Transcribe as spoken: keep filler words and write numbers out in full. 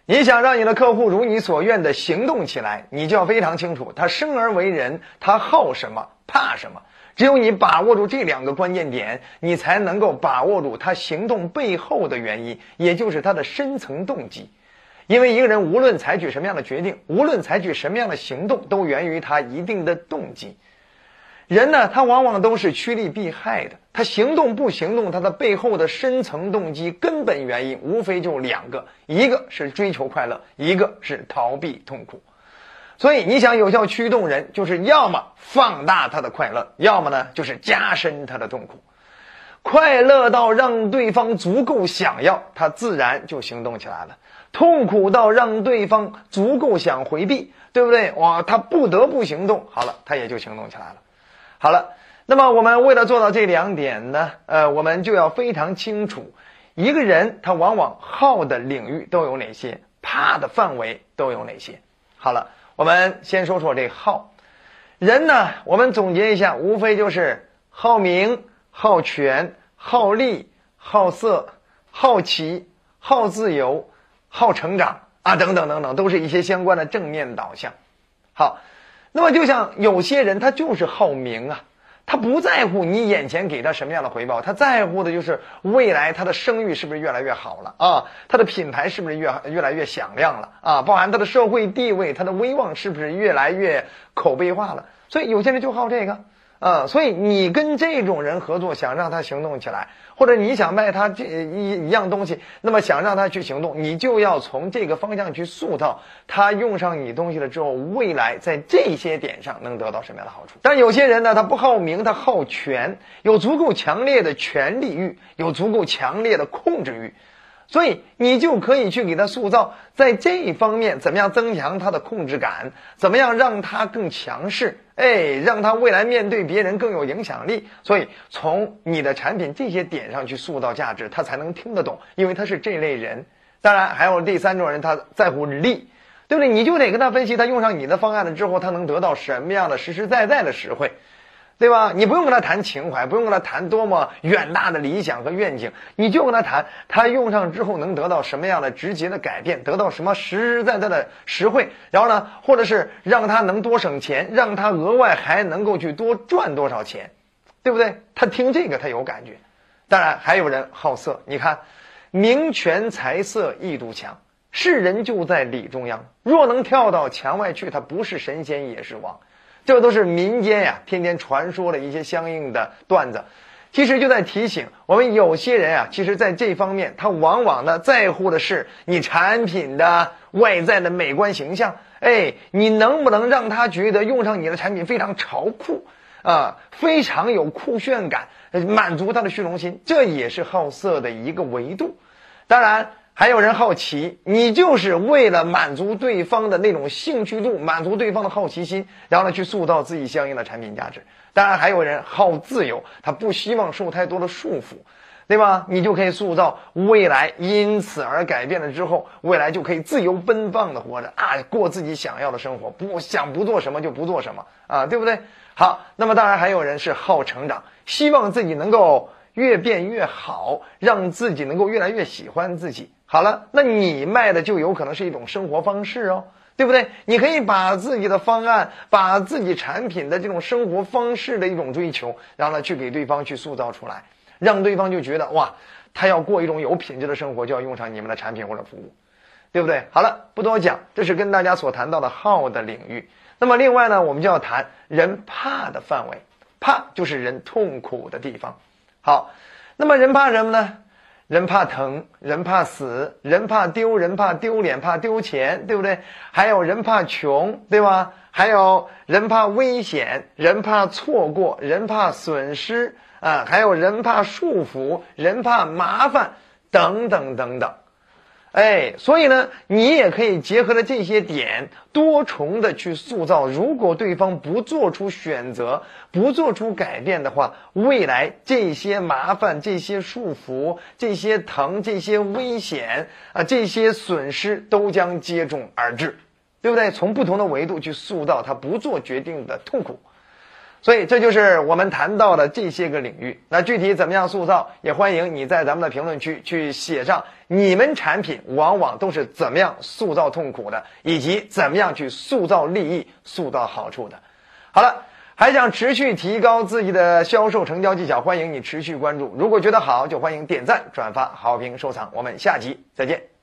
你想让你的客户如你所愿的行动起来，你就要非常清楚他生而为人，他好什么，怕什么。只有你把握住这两个关键点，你才能够把握住他行动背后的原因，也就是他的深层动机。因为一个人无论采取什么样的决定，无论采取什么样的行动，都源于他一定的动机。人呢，他往往都是趋利避害的，他行动不行动，他的背后的深层动机根本原因无非就两个，一个是追求快乐，一个是逃避痛苦。所以你想有效驱动人，就是要么放大他的快乐，要么呢就是加深他的痛苦。快乐到让对方足够想要，他自然就行动起来了。痛苦到让对方足够想回避，对不对？哇，他不得不行动，好了，他也就行动起来了。好了，那么我们为了做到这两点呢，呃，我们就要非常清楚，一个人他往往好的领域都有哪些，怕的范围都有哪些。好了，我们先说说这好。人呢，我们总结一下，无非就是好名、好权、好利、好色、好奇、好自由、好成长啊，等等等等，都是一些相关的正面导向。好，那么就像有些人他就是好名啊，他不在乎你眼前给他什么样的回报，他在乎的就是未来他的声誉是不是越来越好了啊，他的品牌是不是越越来越响亮了啊，包含他的社会地位，他的威望是不是越来越口碑化了。所以有些人就好这个啊，所以你跟这种人合作，想让他行动起来，或者你想卖他这一一样东西，那么想让他去行动，你就要从这个方向去塑造他用上你东西了之后，未来在这些点上能得到什么样的好处。但有些人呢，他不好名，他好权，有足够强烈的权力欲，有足够强烈的控制欲，所以你就可以去给他塑造，在这一方面怎么样增强他的控制感，怎么样让他更强势，哎，让他未来面对别人更有影响力。所以从你的产品这些点上去塑造价值，他才能听得懂，因为他是这类人。当然还有第三种人，他在乎利，对不对？你就得跟他分析，他用上你的方案了之后，他能得到什么样的实实在在的实惠，对吧？你不用跟他谈情怀，不用跟他谈多么远大的理想和愿景，你就跟他谈他用上之后能得到什么样的直接的改变，得到什么实实在在的实惠，然后呢，或者是让他能多省钱，让他额外还能够去多赚多少钱，对不对？他听这个他有感觉。当然还有人好色，你看名权财色艺度强，是人就在理中央，若能跳到墙外去，他不是神仙也是王。这都是民间呀天天传说的一些相应的段子，其实就在提醒我们，有些人啊，其实在这方面他往往呢在乎的是你产品的外在的美观形象，哎，你能不能让他觉得用上你的产品非常潮酷啊，非常有酷炫感，满足他的虚荣心，这也是好色的一个维度。当然还有人好奇，你就是为了满足对方的那种兴趣度，满足对方的好奇心，然后呢去塑造自己相应的产品价值。当然还有人好自由，他不希望受太多的束缚，对吧？你就可以塑造未来因此而改变了之后，未来就可以自由奔放的活着啊，过自己想要的生活，不想不做什么就不做什么啊，对不对？好，那么当然还有人是好成长，希望自己能够越变越好，让自己能够越来越喜欢自己。好了，那你卖的就有可能是一种生活方式哦，对不对？你可以把自己的方案，把自己产品的这种生活方式的一种追求，然后呢去给对方去塑造出来，让对方就觉得哇，他要过一种有品质的生活，就要用上你们的产品或者服务，对不对？好了，不多讲，这是跟大家所谈到的好的领域。那么另外呢，我们就要谈人怕的范围，怕就是人痛苦的地方。好，那么人怕什么呢？人怕疼，人怕死，人怕丢，人怕丢脸，怕丢钱，对不对？还有人怕穷，对吧？还有人怕危险，人怕错过，人怕损失啊，还有人怕束缚，人怕麻烦，等等等等。哎，所以呢，你也可以结合着这些点，多重的去塑造。如果对方不做出选择，不做出改变的话，未来这些麻烦、这些束缚、这些疼、这些危险啊、这些损失都将接踵而至，对不对？从不同的维度去塑造他不做决定的痛苦。 所以这就是我们谈到的这些个领域。那具体怎么样塑造，也欢迎你在咱们的评论区去写上你们产品往往都是怎么样塑造痛苦的，以及怎么样去塑造利益、塑造好处的。好了，还想持续提高自己的销售成交技巧，欢迎你持续关注。如果觉得好，就欢迎点赞、转发、好评、收藏。我们下集再见。